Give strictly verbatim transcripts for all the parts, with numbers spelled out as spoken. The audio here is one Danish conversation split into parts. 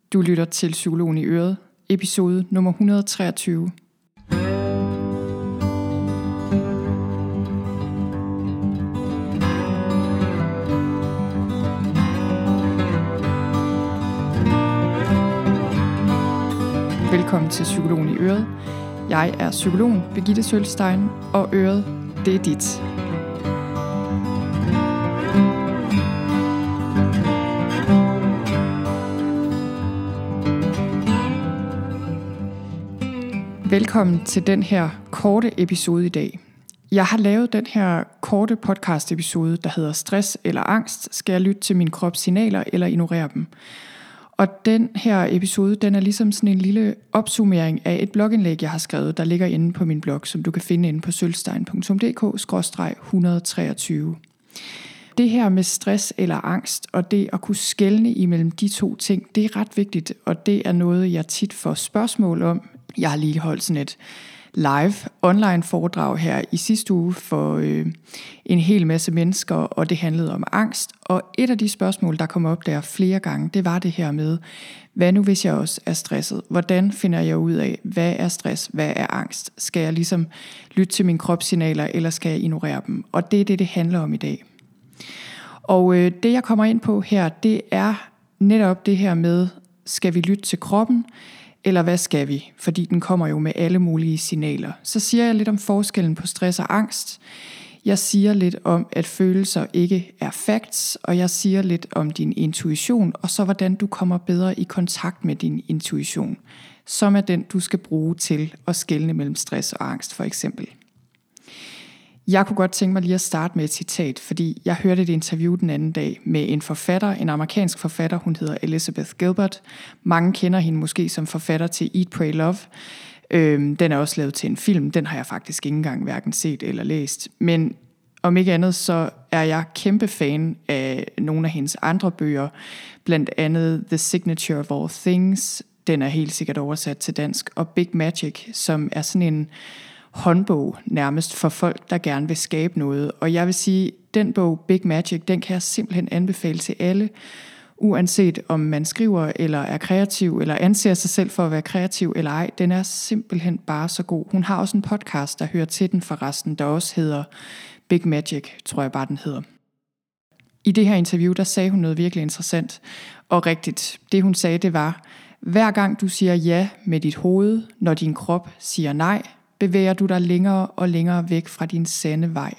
Du lytter til Psykologen i Øret, episode nummer et hundrede og treogtyve. Velkommen til Psykologen i Øret. Jeg er psykologen Birgitte Sølstein, og Øret, det er dit. Velkommen til den her korte episode i dag. Jeg har lavet den her korte podcast episode, der hedder Stress eller angst. Skal jeg lytte til min krops signaler eller ignorere dem? Og den her episode, den er ligesom sådan en lille opsummering af et blogindlæg, jeg har skrevet, der ligger inde på min blog, som du kan finde inde på sølstein punktum d k skråstreg et hundrede og treogtyve. Det her med stress eller angst, og det at kunne skelne imellem de to ting, det er ret vigtigt, og det er noget, jeg tit får spørgsmål om. Jeg har lige holdt sådan et live online foredrag her i sidste uge for øh, en hel masse mennesker, og det handlede om angst. Og et af de spørgsmål, der kom op der flere gange, det var det her med, hvad nu hvis jeg også er stresset? Hvordan finder jeg ud af, hvad er stress, hvad er angst? Skal jeg ligesom lytte til mine kropssignaler, eller skal jeg ignorere dem? Og det er det, det handler om i dag. Og øh, det, jeg kommer ind på her, det er netop det her med, skal vi lytte til kroppen, eller hvad skal vi? Fordi den kommer jo med alle mulige signaler. Så siger jeg lidt om forskellen på stress og angst. Jeg siger lidt om, at følelser ikke er facts, og jeg siger lidt om din intuition, og så hvordan du kommer bedre i kontakt med din intuition, som er den, du skal bruge til at skelne mellem stress og angst, for eksempel. Jeg kunne godt tænke mig lige at starte med et citat, fordi jeg hørte et interview den anden dag med en forfatter, en amerikansk forfatter, hun hedder Elizabeth Gilbert. Mange kender hende måske som forfatter til Eat, Pray, Love. Øhm, den er også lavet til en film, den har jeg faktisk ikke engang hverken set eller læst. Men om ikke andet, så er jeg kæmpe fan af nogle af hendes andre bøger, blandt andet The Signature of All Things, den er helt sikkert oversat til dansk, og Big Magic, som er sådan en håndbog nærmest for folk, der gerne vil skabe noget. Og jeg vil sige, den bog, Big Magic, den kan jeg simpelthen anbefale til alle, uanset om man skriver eller er kreativ, eller anser sig selv for at være kreativ eller ej. Den er simpelthen bare så god. Hun har også en podcast, der hører til den forresten, der også hedder Big Magic, tror jeg bare den hedder. I det her interview, der sagde hun noget virkelig interessant og rigtigt. Det hun sagde, det var, hver gang du siger ja med dit hoved, når din krop siger nej, bevæger du dig længere og længere væk fra din sande vej.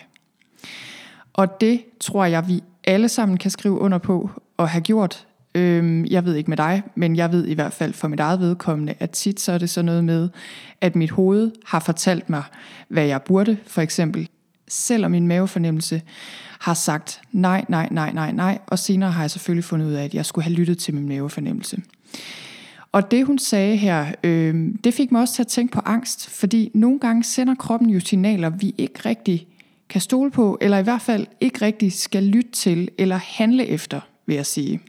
Og det tror jeg, vi alle sammen kan skrive under på og have gjort. Øhm, jeg ved ikke med dig, men jeg ved i hvert fald for mit eget vedkommende, at tit så er det sådan noget med, at mit hoved har fortalt mig, hvad jeg burde, for eksempel. Selvom min mavefornemmelse har sagt nej, nej, nej, nej, nej, og senere har jeg selvfølgelig fundet ud af, at jeg skulle have lyttet til min mavefornemmelse. Og det hun sagde her, øh, det fik mig også til at tænke på angst, fordi nogle gange sender kroppen jo signaler, vi ikke rigtig kan stole på, eller i hvert fald ikke rigtig skal lytte til, eller handle efter, vil jeg sige.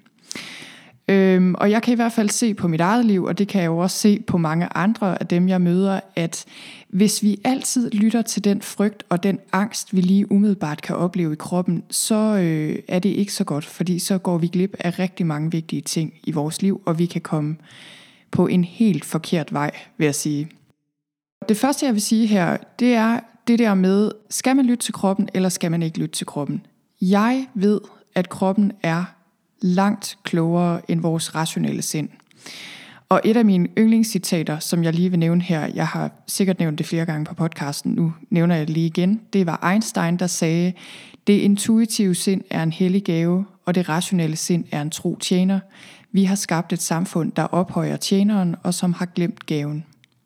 Øh, og jeg kan i hvert fald se på mit eget liv, og det kan jeg jo også se på mange andre af dem, jeg møder, at hvis vi altid lytter til den frygt og den angst, vi lige umiddelbart kan opleve i kroppen, så øh, er det ikke så godt, fordi så går vi glip af rigtig mange vigtige ting i vores liv, og vi kan komme på en helt forkert vej, vil jeg sige. Det første, jeg vil sige her, det er det der med, skal man lytte til kroppen, eller skal man ikke lytte til kroppen? Jeg ved, at kroppen er langt klogere end vores rationelle sind. Og et af mine yndlingscitater, som jeg lige vil nævne her, jeg har sikkert nævnt det flere gange på podcasten, nu nævner jeg det lige igen, det var Einstein, der sagde, det intuitive sind er en hellig gave, og det rationelle sind er en tro tjener. Vi har skabt et samfund, der ophøjer tjeneren, og som har glemt gaven.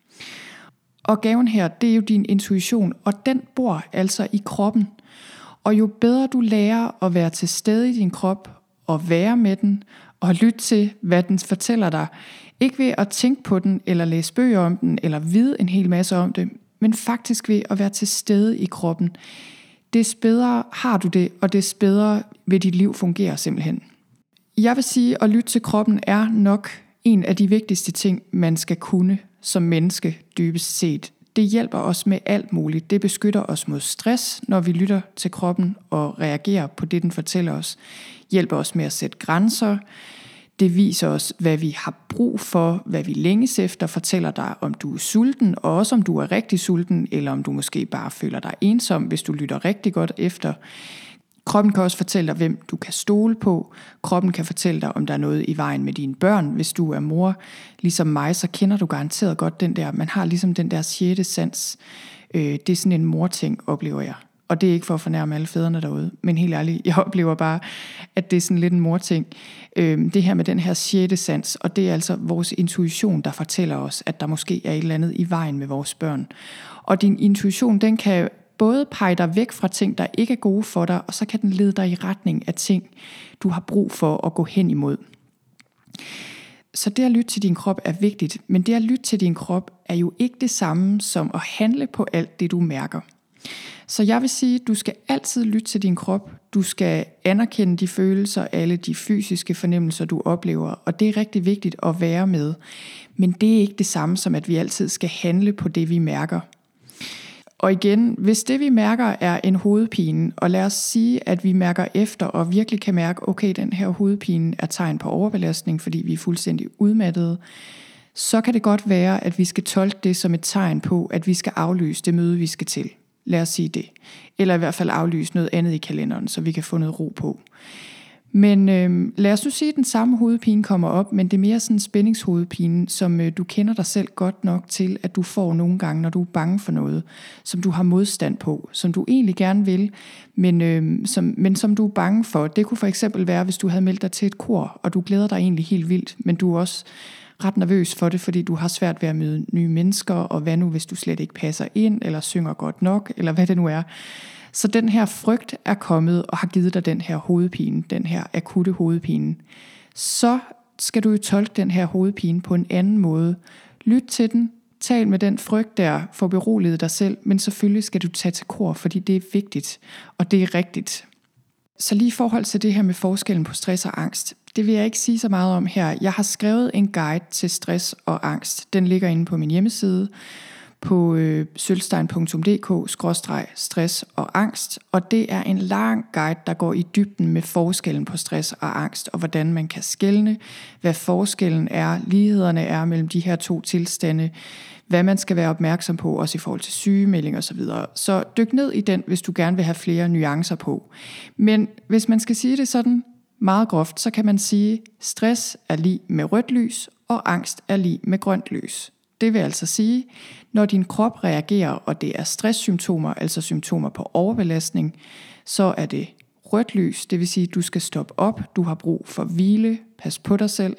Og gaven her, det er jo din intuition, og den bor altså i kroppen. Og jo bedre du lærer at være til stede i din krop, og være med den, og lytte til, hvad den fortæller dig, ikke ved at tænke på den, eller læse bøger om den, eller vide en hel masse om det, men faktisk ved at være til stede i kroppen. Des bedre har du det, og des bedre vil dit liv fungere simpelthen. Jeg vil sige, at lytte til kroppen er nok en af de vigtigste ting, man skal kunne som menneske dybest set. Det hjælper os med alt muligt. Det beskytter os mod stress, når vi lytter til kroppen og reagerer på det, den fortæller os. Hjælper os med at sætte grænser. Det viser os, hvad vi har brug for, hvad vi længes efter, fortæller dig, om du er sulten, og også om du er rigtig sulten, eller om du måske bare føler dig ensom, hvis du lytter rigtig godt efter. Kroppen kan også fortælle dig, hvem du kan stole på. Kroppen kan fortælle dig, om der er noget i vejen med dine børn. Hvis du er mor, ligesom mig, så kender du garanteret godt den der. Man har ligesom den der sjette sans. Det er sådan en morting, oplever jeg. Og det er ikke for at fornærme alle fædrene derude, men helt ærligt, jeg oplever bare, at det er sådan lidt en morting. Det her med den her sjette sans, og det er altså vores intuition, der fortæller os, at der måske er et eller andet i vejen med vores børn. Og din intuition, den kan både pege dig væk fra ting, der ikke er gode for dig, og så kan den lede dig i retning af ting, du har brug for at gå hen imod. Så det at lytte til din krop er vigtigt, men det at lytte til din krop er jo ikke det samme som at handle på alt det, du mærker. Så jeg vil sige, at du skal altid lytte til din krop. Du skal anerkende de følelser, alle de fysiske fornemmelser, du oplever, og det er rigtig vigtigt at være med. Men det er ikke det samme som, at vi altid skal handle på det, vi mærker. Og igen, hvis det vi mærker er en hovedpine, og lad os sige, at vi mærker efter og virkelig kan mærke, okay, den her hovedpine er tegn på overbelastning, fordi vi er fuldstændig udmattede, så kan det godt være, at vi skal tolke det som et tegn på, at vi skal aflyse det møde, vi skal til. Lad os sige det. Eller i hvert fald aflyse noget andet i kalenderen, så vi kan få noget ro på. Men øh, lad os nu sige, at den samme hovedpine kommer op, men det er mere sådan en spændingshovedpine, som øh, du kender dig selv godt nok til, at du får nogle gange, når du er bange for noget, som du har modstand på, som du egentlig gerne vil, men, øh, som, men som du er bange for. Det kunne for eksempel være, hvis du havde meldt dig til et kor, og du glæder dig egentlig helt vildt, men du er også ret nervøs for det, fordi du har svært ved at møde nye mennesker, og hvad nu, hvis du slet ikke passer ind, eller synger godt nok, eller hvad det nu er. Så den her frygt er kommet og har givet dig den her hovedpine, den her akutte hovedpine. Så skal du jo tolke den her hovedpine på en anden måde. Lyt til den, tal med den frygt der, for beroliget dig selv, men selvfølgelig skal du tage til kor, fordi det er vigtigt, og det er rigtigt. Så lige i forhold til det her med forskellen på stress og angst, det vil jeg ikke sige så meget om her. Jeg har skrevet en guide til stress og angst. Den ligger inde på min hjemmeside på øh, sølvstein punktum d k skråstreg stress og angst. Og det er en lang guide, der går i dybden med forskellen på stress og angst, og hvordan man kan skelne, hvad forskellen er, lighederne er mellem de her to tilstande, hvad man skal være opmærksom på, også i forhold til sygemelding og så videre. Så dyk ned i den, hvis du gerne vil have flere nuancer på. Men hvis man skal sige det sådan meget groft, så kan man sige, at stress er lig med rødt lys, og angst er lig med grønt lys. Det vil altså sige, når din krop reagerer, og det er stresssymptomer, altså symptomer på overbelastning, så er det rødt lys, det vil sige, at du skal stoppe op, du har brug for hvile, pas på dig selv.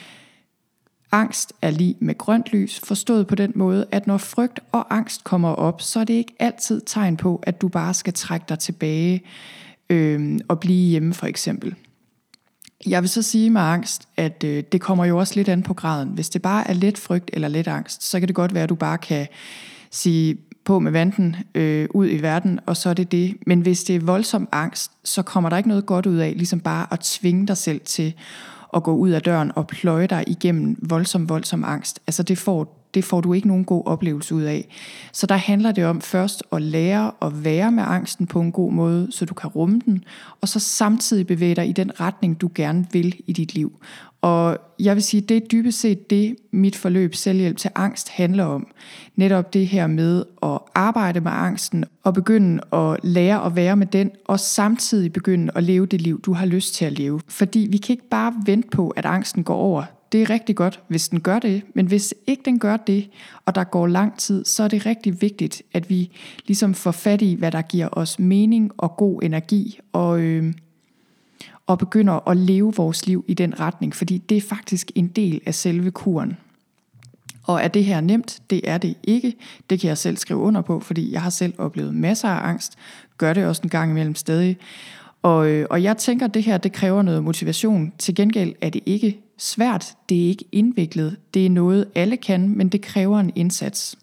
Angst er lig med grønt lys, forstået på den måde, at når frygt og angst kommer op, så er det ikke altid tegn på, at du bare skal trække dig tilbage øh, og blive hjemme for eksempel. Jeg vil så sige med angst, at øh, det kommer jo også lidt an på graden. Hvis det bare er let frygt eller let angst, så kan det godt være, at du bare kan sige på med vanten øh, ud i verden, og så er det det. Men hvis det er voldsom angst, så kommer der ikke noget godt ud af, ligesom bare at tvinge dig selv til at gå ud af døren og pløje dig igennem voldsom, voldsom angst. Altså det får, det får du ikke nogen god oplevelse ud af. Så der handler det om først at lære at være med angsten på en god måde, så du kan rumme den, og så samtidig bevæge dig i den retning, du gerne vil i dit liv. Og jeg vil sige, det er dybest set det, mit forløb selvhjælp til angst handler om. Netop det her med at arbejde med angsten og begynde at lære at være med den, og samtidig begynde at leve det liv, du har lyst til at leve. Fordi vi kan ikke bare vente på, at angsten går over. Det er rigtig godt, hvis den gør det, men hvis ikke den gør det, og der går lang tid, så er det rigtig vigtigt, at vi ligesom får fat i, hvad der giver os mening og god energi, og, øh, og begynder at leve vores liv i den retning, fordi det er faktisk en del af selve kuren. Og er det her nemt? Det er det ikke. Det kan jeg selv skrive under på, fordi jeg har selv oplevet masser af angst, gør det også en gang imellem stadig. Og, øh, og jeg tænker, at det her det kræver noget motivation. Til gengæld er det ikke svært, det er ikke indviklet, det er noget alle kan, men det kræver en indsats.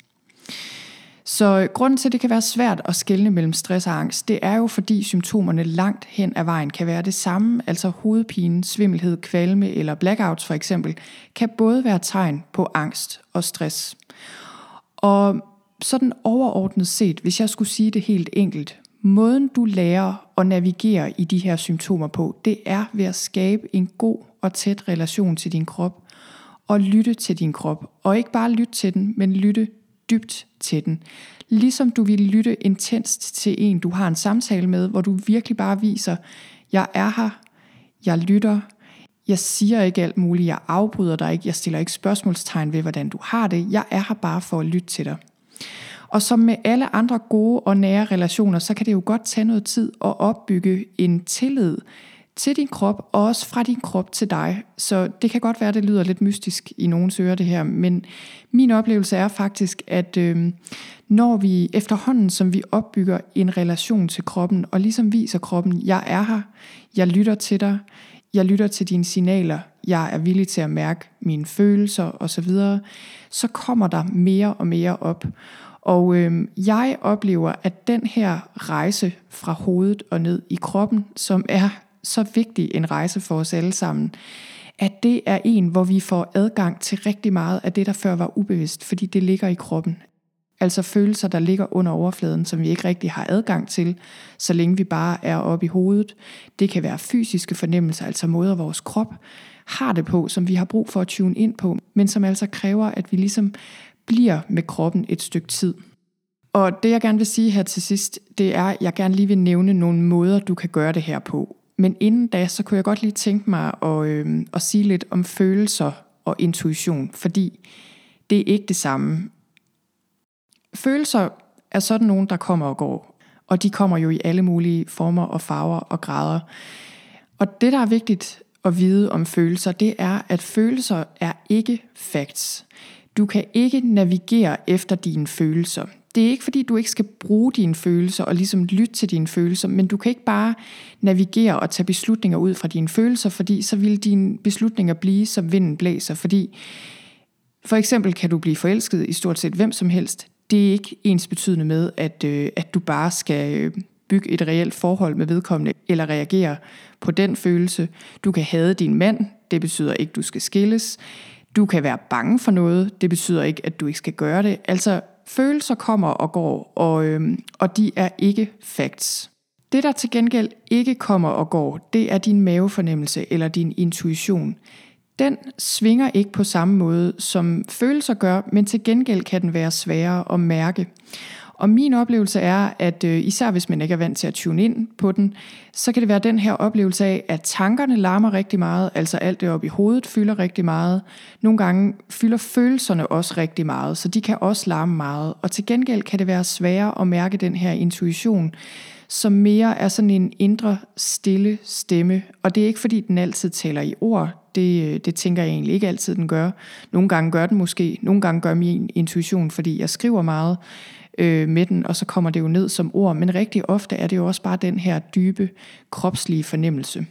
Så grunden til, at det kan være svært at skelne mellem stress og angst, det er jo fordi symptomerne langt hen ad vejen kan være det samme, altså hovedpine, svimmelhed, kvalme eller blackouts for eksempel, kan både være tegn på angst og stress. Og sådan overordnet set, hvis jeg skulle sige det helt enkelt, Måden du lærer at navigere i de her symptomer på, det er ved at skabe en god og tæt relation til din krop, og lytte til din krop. Og ikke bare lytte til den, men lytte dybt til den. Ligesom du vil lytte intenst til en, du har en samtale med, hvor du virkelig bare viser, jeg er her, jeg lytter, jeg siger ikke alt muligt, jeg afbryder dig ikke, jeg stiller ikke spørgsmålstegn ved, hvordan du har det, jeg er her bare for at lytte til dig. Og som med alle andre gode og nære relationer, så kan det jo godt tage noget tid at opbygge en tillid til din krop, og også fra din krop til dig. Så det kan godt være, at det lyder lidt mystisk i nogens ører det her, men min oplevelse er faktisk, at øh, når vi efterhånden, som vi opbygger en relation til kroppen, og ligesom viser kroppen, jeg er her, jeg lytter til dig, jeg lytter til dine signaler, jeg er villig til at mærke mine følelser osv., så kommer der mere og mere op. Og øh, jeg oplever, at den her rejse fra hovedet og ned i kroppen, som er så vigtig en rejse for os alle sammen, at det er en, hvor vi får adgang til rigtig meget af det, der før var ubevidst, fordi det ligger i kroppen. Altså følelser, der ligger under overfladen, som vi ikke rigtig har adgang til, så længe vi bare er oppe i hovedet. Det kan være fysiske fornemmelser, altså måder vores krop har det på, som vi har brug for at tune ind på, men som altså kræver, at vi ligesom bliver med kroppen et stykke tid. Og det jeg gerne vil sige her til sidst, det er, at jeg gerne lige vil nævne nogle måder, du kan gøre det her på. Men inden da, så kunne jeg godt lige tænke mig at, øh, at sige lidt om følelser og intuition, fordi det er ikke det samme. Følelser er sådan nogen, der kommer og går, og de kommer jo i alle mulige former og farver og grader. Og det, der er vigtigt at vide om følelser, det er, at følelser er ikke facts. Du kan ikke navigere efter dine følelser. Det er ikke fordi, du ikke skal bruge dine følelser og ligesom lytte til dine følelser, men du kan ikke bare navigere og tage beslutninger ud fra dine følelser, fordi så vil dine beslutninger blive, som vinden blæser. Fordi for eksempel kan du blive forelsket i stort set hvem som helst. Det er ikke ensbetydende med, at, øh, at du bare skal bygge et reelt forhold med vedkommende, eller reagere på den følelse. Du kan hade din mand, det betyder ikke, at du skal skilles. Du kan være bange for noget, det betyder ikke, at du ikke skal gøre det. Altså, følelser kommer og går, og, øhm, og de er ikke facts. Det, der til gengæld ikke kommer og går, det er din mavefornemmelse eller din intuition. Den svinger ikke på samme måde, som følelser gør, men til gengæld kan den være sværere at mærke. Og min oplevelse er, at øh, især hvis man ikke er vant til at tune ind på den, så kan det være den her oplevelse af, at tankerne larmer rigtig meget, altså alt det oppe i hovedet fylder rigtig meget. Nogle gange fylder følelserne også rigtig meget, så de kan også larme meget. Og til gengæld kan det være sværere at mærke den her intuition, som mere er sådan en indre, stille stemme. Og det er ikke fordi, den altid taler i ord. Det, det tænker jeg egentlig ikke altid, den gør. Nogle gange gør den måske. Nogle gange gør min intuition, fordi jeg skriver meget øh, med den, og så kommer det jo ned som ord. Men rigtig ofte er det jo også bare den her dybe, kropslige fornemmelse.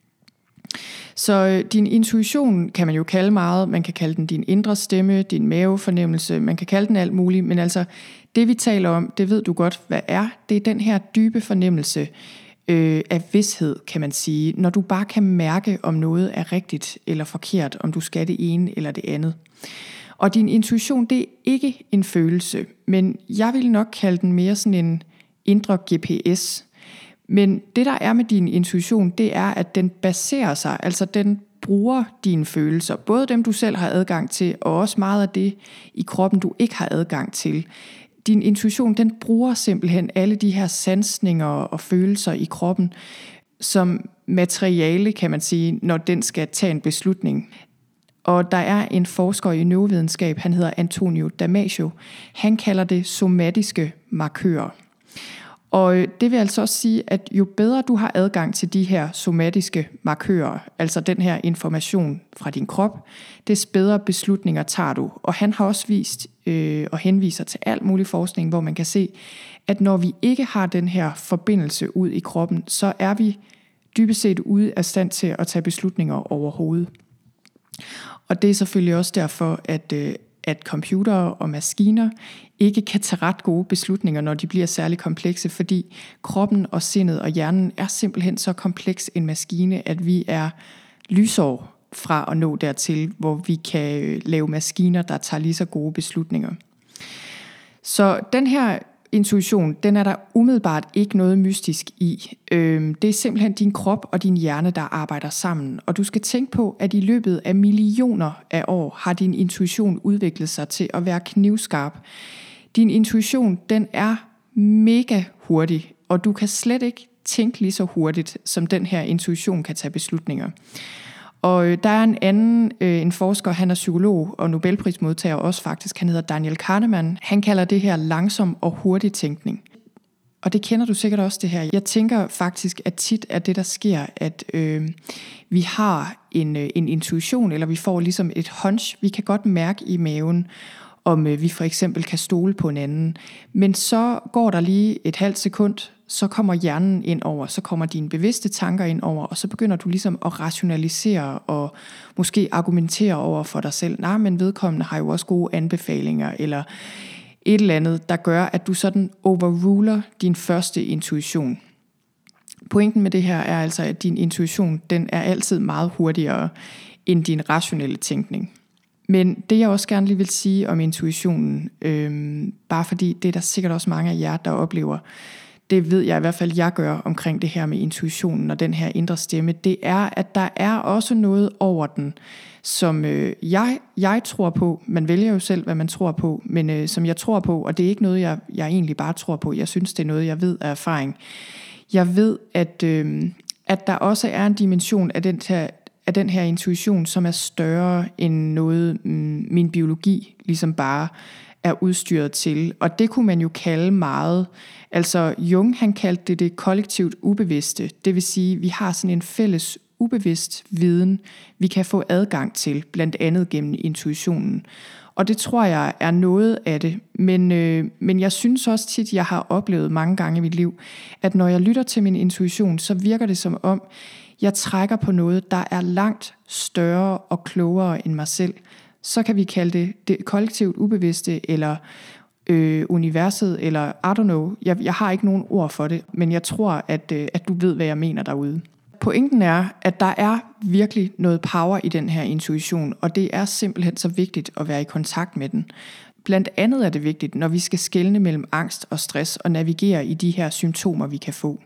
Så øh, din intuition kan man jo kalde meget. Man kan kalde den din indre stemme, din mavefornemmelse. Man kan kalde den alt muligt. Men altså, det vi taler om, det ved du godt, hvad er. Det er den her dybe fornemmelse øh, af vished, kan man sige. Når du bare kan mærke, om noget er rigtigt eller forkert, om du skal det ene eller det andet. Og din intuition, det er ikke en følelse, men jeg vil nok kalde den mere sådan en indre G P S. Men det, der er med din intuition, det er, at den baserer sig, altså den bruger dine følelser, både dem, du selv har adgang til, og også meget af det i kroppen, du ikke har adgang til. Din intuition, den bruger simpelthen alle de her sansninger og følelser i kroppen som materiale, kan man sige, når den skal tage en beslutning. Og der er en forsker i neurovidenskab, han hedder Antonio Damasio. Han kalder det somatiske markører. Og det vil altså også sige, at jo bedre du har adgang til de her somatiske markører, altså den her information fra din krop, des bedre beslutninger tager du. Og han har også vist øh, og henviser til alt mulig forskning, hvor man kan se, at når vi ikke har den her forbindelse ud i kroppen, så er vi dybest set ude af stand til at tage beslutninger overhovedet. Og det er selvfølgelig også derfor, at, øh, at computere og maskiner ikke kan tage ret gode beslutninger, når de bliver særlig komplekse, fordi kroppen og sindet og hjernen er simpelthen så kompleks en maskine, at vi er lysår fra at nå dertil, hvor vi kan lave maskiner, der tager lige så gode beslutninger. Så den her intuition, den er der umiddelbart ikke noget mystisk i. Øhm, det er simpelthen din krop og din hjerne, der arbejder sammen. Og du skal tænke på, at i løbet af millioner af år har din intuition udviklet sig til at være knivskarp. Din intuition, den er mega hurtig, og du kan slet ikke tænke lige så hurtigt, som den her intuition kan tage beslutninger. Og øh, der er en anden, øh, en forsker, han er psykolog og Nobelprismodtager også faktisk, han hedder Daniel Kahneman. Han kalder det her langsom og hurtig tænkning. Og det kender du sikkert også det her. Jeg tænker faktisk, at tit er det, der sker, at øh, vi har en, øh, en intuition, eller vi får ligesom et hunch. Vi kan godt mærke i maven, om øh, vi for eksempel kan stole på en anden. Men så går der lige et halvt sekund, så kommer hjernen ind over, så kommer dine bevidste tanker ind over, og så begynder du ligesom at rationalisere og måske argumentere over for dig selv. Nej, men vedkommende har jo også gode anbefalinger, eller et eller andet, der gør, at du sådan overruler din første intuition. Pointen med det her er altså, at din intuition, den er altid meget hurtigere end din rationelle tænkning. Men det jeg også gerne lige vil sige om intuitionen, øhm, bare fordi det er der sikkert også mange af jer, der oplever, det ved jeg i hvert fald, jeg gør omkring det her med intuitionen og den her indre stemme, det er, at der er også noget over den, som øh, jeg, jeg tror på. Man vælger jo selv, hvad man tror på, men øh, som jeg tror på, og det er ikke noget, jeg, jeg egentlig bare tror på. Jeg synes, det er noget, jeg ved af erfaring. Jeg ved, at, øh, at der også er en dimension af den her, af den her intuition, som er større end noget, mm, min biologi ligesom bare er udstyret til. Og det kunne man jo kalde meget. Altså Jung, han kaldte det det kollektivt ubevidste. Det vil sige, vi har sådan en fælles ubevidst viden, vi kan få adgang til, blandt andet gennem intuitionen. Og det tror jeg er noget af det. Men, øh, men jeg synes også tit, jeg har oplevet mange gange i mit liv, at når jeg lytter til min intuition, så virker det som om, jeg trækker på noget, der er langt større og klogere end mig selv. Så kan vi kalde det det kollektivt ubevidste, eller øh, universet, eller I don't know. Jeg, jeg har ikke nogen ord for det, men jeg tror, at, øh, at du ved, hvad jeg mener derude. Pointen er, at der er virkelig noget power i den her intuition, og det er simpelthen så vigtigt at være i kontakt med den. Blandt andet er det vigtigt, når vi skal skelne mellem angst og stress og navigere i de her symptomer, vi kan få.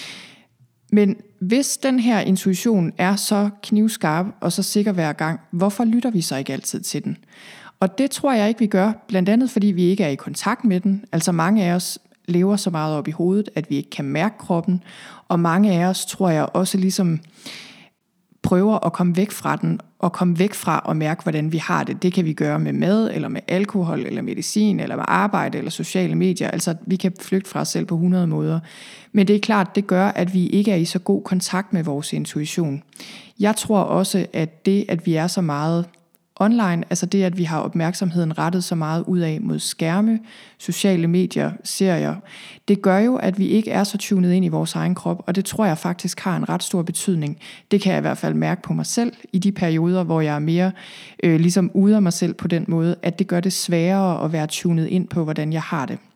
Men hvis den her intuition er så knivskarp og så sikker hver gang, hvorfor lytter vi så ikke altid til den? Og det tror jeg ikke, vi gør, blandt andet fordi vi ikke er i kontakt med den. Altså mange af os lever så meget op i hovedet, at vi ikke kan mærke kroppen, og mange af os, tror jeg, også ligesom prøver at komme væk fra den, og komme væk fra at mærke, hvordan vi har det. Det kan vi gøre med mad, eller med alkohol, eller medicin, eller med arbejde, eller sociale medier. Altså, vi kan flygte fra os selv på hundrede måder. Men det er klart, det gør, at vi ikke er i så god kontakt med vores intuition. Jeg tror også, at det, at vi er så meget online, altså det, at vi har opmærksomheden rettet så meget ud af mod skærme, sociale medier, serier, det gør jo, at vi ikke er så tunet ind i vores egen krop, og det tror jeg faktisk har en ret stor betydning. Det kan jeg i hvert fald mærke på mig selv, i de perioder, hvor jeg er mere øh, ligesom ude af mig selv på den måde, at det gør det sværere at være tunet ind på, hvordan jeg har det.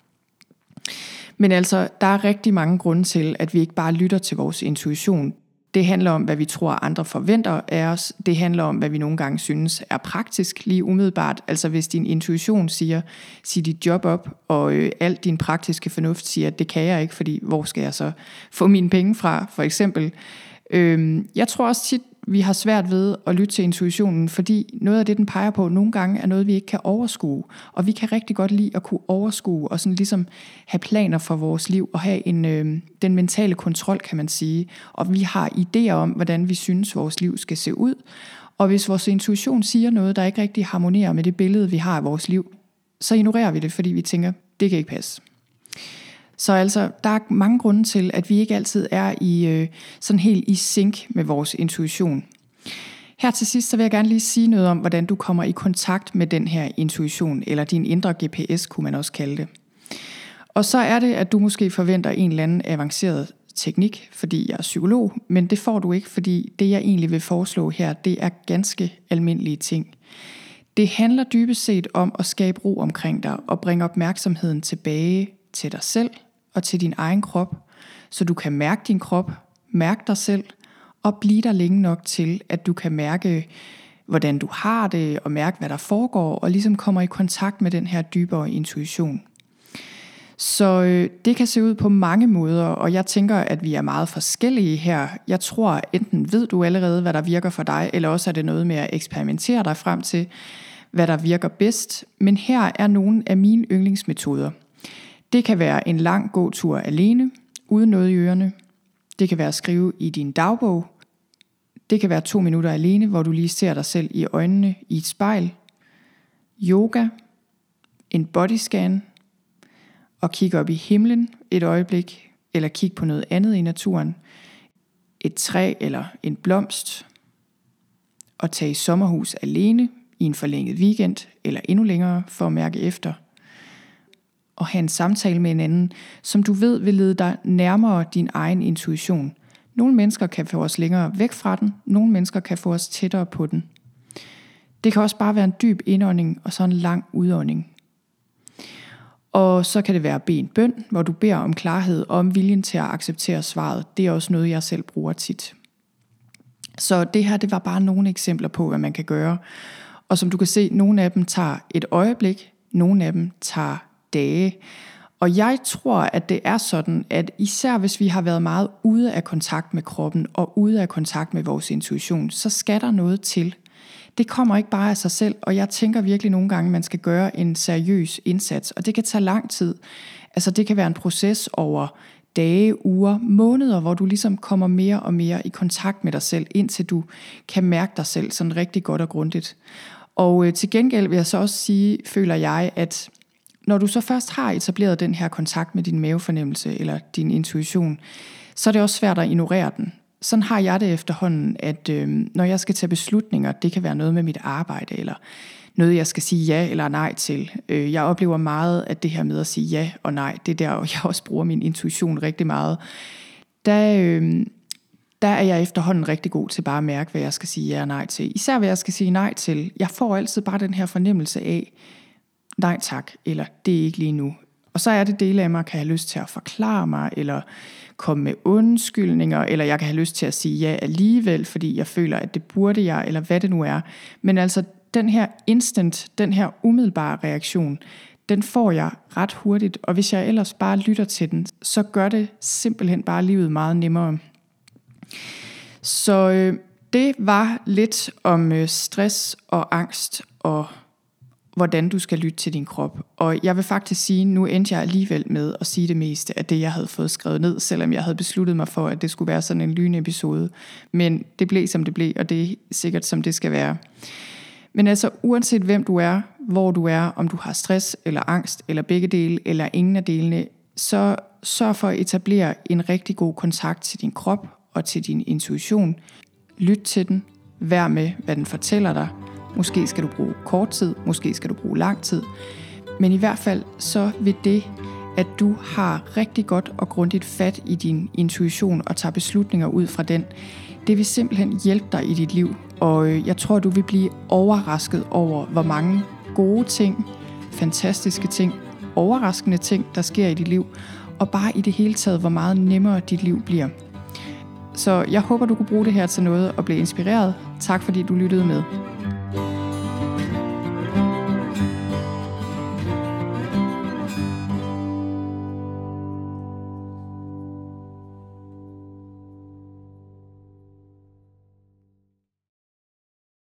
Men altså, der er rigtig mange grunde til, at vi ikke bare lytter til vores intuition. Det handler om, hvad vi tror, andre forventer af os. Det handler om, hvad vi nogle gange synes er praktisk lige umiddelbart. Altså hvis din intuition siger, sig dit job op, og øh, alt din praktiske fornuft siger, at det kan jeg ikke, fordi hvor skal jeg så få mine penge fra, for eksempel. Øh, jeg tror også tit, vi har svært ved at lytte til intuitionen, fordi noget af det, den peger på, nogle gange er noget, vi ikke kan overskue. Og vi kan rigtig godt lide at kunne overskue og sådan ligesom have planer for vores liv og have en, øh, den mentale kontrol, kan man sige. Og vi har idéer om, hvordan vi synes, vores liv skal se ud. Og hvis vores intuition siger noget, der ikke rigtig harmonerer med det billede, vi har af vores liv, så ignorerer vi det, fordi vi tænker, det kan ikke passe. Så altså, der er mange grunde til, at vi ikke altid er i øh, sådan helt i sync med vores intuition. Her til sidst, så vil jeg gerne lige sige noget om, hvordan du kommer i kontakt med den her intuition, eller din indre G P S, kunne man også kalde det. Og så er det, at du måske forventer en eller anden avanceret teknik, fordi jeg er psykolog, men det får du ikke, fordi det, jeg egentlig vil foreslå her, det er ganske almindelige ting. Det handler dybest set om at skabe ro omkring dig, og bringe opmærksomheden tilbage til dig selv og til din egen krop, så du kan mærke din krop, mærke dig selv og blive der længe nok til, at du kan mærke, hvordan du har det, og mærke, hvad der foregår, og ligesom kommer i kontakt med den her dybere intuition. Så øh, det kan se ud på mange måder, og jeg tænker, at vi er meget forskellige her. Jeg tror, enten ved du allerede, hvad der virker for dig, eller også er det noget med at eksperimentere dig frem til, hvad der virker bedst. Men her er nogle af mine yndlingsmetoder. Det kan være en lang gåtur alene, uden noget i ørerne. Det kan være at skrive i din dagbog. Det kan være to minutter alene, hvor du lige ser dig selv i øjnene i et spejl. Yoga, en bodyscan, og kigge op i himlen et øjeblik, eller kigge på noget andet i naturen. Et træ eller en blomst. Og tage i sommerhus alene i en forlænget weekend, eller endnu længere for at mærke efter. Og have en samtale med en anden, som du ved vil lede dig nærmere din egen intuition. Nogle mennesker kan få os længere væk fra den, nogle mennesker kan få os tættere på den. Det kan også bare være en dyb indånding og så en lang udånding. Og så kan det være at bede en bøn, hvor du beder om klarhed og om viljen til at acceptere svaret. Det er også noget, jeg selv bruger tit. Så det her, det var bare nogle eksempler på, hvad man kan gøre. Og som du kan se, nogle af dem tager et øjeblik, nogle af dem tager dage. Og jeg tror, at det er sådan, at især hvis vi har været meget ude af kontakt med kroppen og ude af kontakt med vores intuition, så skal der noget til. Det kommer ikke bare af sig selv, og jeg tænker virkelig nogle gange, at man skal gøre en seriøs indsats, og det kan tage lang tid. Altså det kan være en proces over dage, uger, måneder, hvor du ligesom kommer mere og mere i kontakt med dig selv, indtil du kan mærke dig selv sådan rigtig godt og grundigt. Og øh, til gengæld vil jeg så også sige, føler jeg, at når du så først har etableret den her kontakt med din mavefornemmelse eller din intuition, så er det også svært at ignorere den. Sådan har jeg det efterhånden, at øh, når jeg skal tage beslutninger, det kan være noget med mit arbejde, eller noget jeg skal sige ja eller nej til. Øh, jeg oplever meget, at det her med at sige ja og nej, det er der, og jeg også bruger min intuition rigtig meget. Der, øh, der er jeg efterhånden rigtig god til bare at mærke, hvad jeg skal sige ja og nej til. Især hvad jeg skal sige nej til. Jeg får altid bare den her fornemmelse af, nej tak, eller det er ikke lige nu. Og så er det dele af mig, kan have lyst til at forklare mig, eller komme med undskyldninger, eller jeg kan have lyst til at sige ja alligevel, fordi jeg føler, at det burde jeg, eller hvad det nu er. Men altså, den her instant, den her umiddelbare reaktion, den får jeg ret hurtigt, og hvis jeg ellers bare lytter til den, så gør det simpelthen bare livet meget nemmere. Så øh, det var lidt om øh, stress og angst og hvordan du skal lytte til din krop. Og jeg vil faktisk sige, nu endte jeg alligevel med at sige det meste af det, jeg havde fået skrevet ned, selvom jeg havde besluttet mig for, at det skulle være sådan en lynepisode. Men det blev, som det blev, og det er sikkert, som det skal være. Men altså, uanset hvem du er, hvor du er, om du har stress eller angst, eller begge dele, eller ingen af delene, så sørg for at etablere en rigtig god kontakt til din krop og til din intuition. Lyt til den. Vær med, hvad den fortæller dig. Måske skal du bruge kort tid, måske skal du bruge lang tid. Men i hvert fald så vil det, at du har rigtig godt og grundigt fat i din intuition og tager beslutninger ud fra den, det vil simpelthen hjælpe dig i dit liv. Og jeg tror, du vil blive overrasket over, hvor mange gode ting, fantastiske ting, overraskende ting, der sker i dit liv. Og bare i det hele taget, hvor meget nemmere dit liv bliver. Så jeg håber, du kunne bruge det her til noget og blive inspireret. Tak fordi du lyttede med.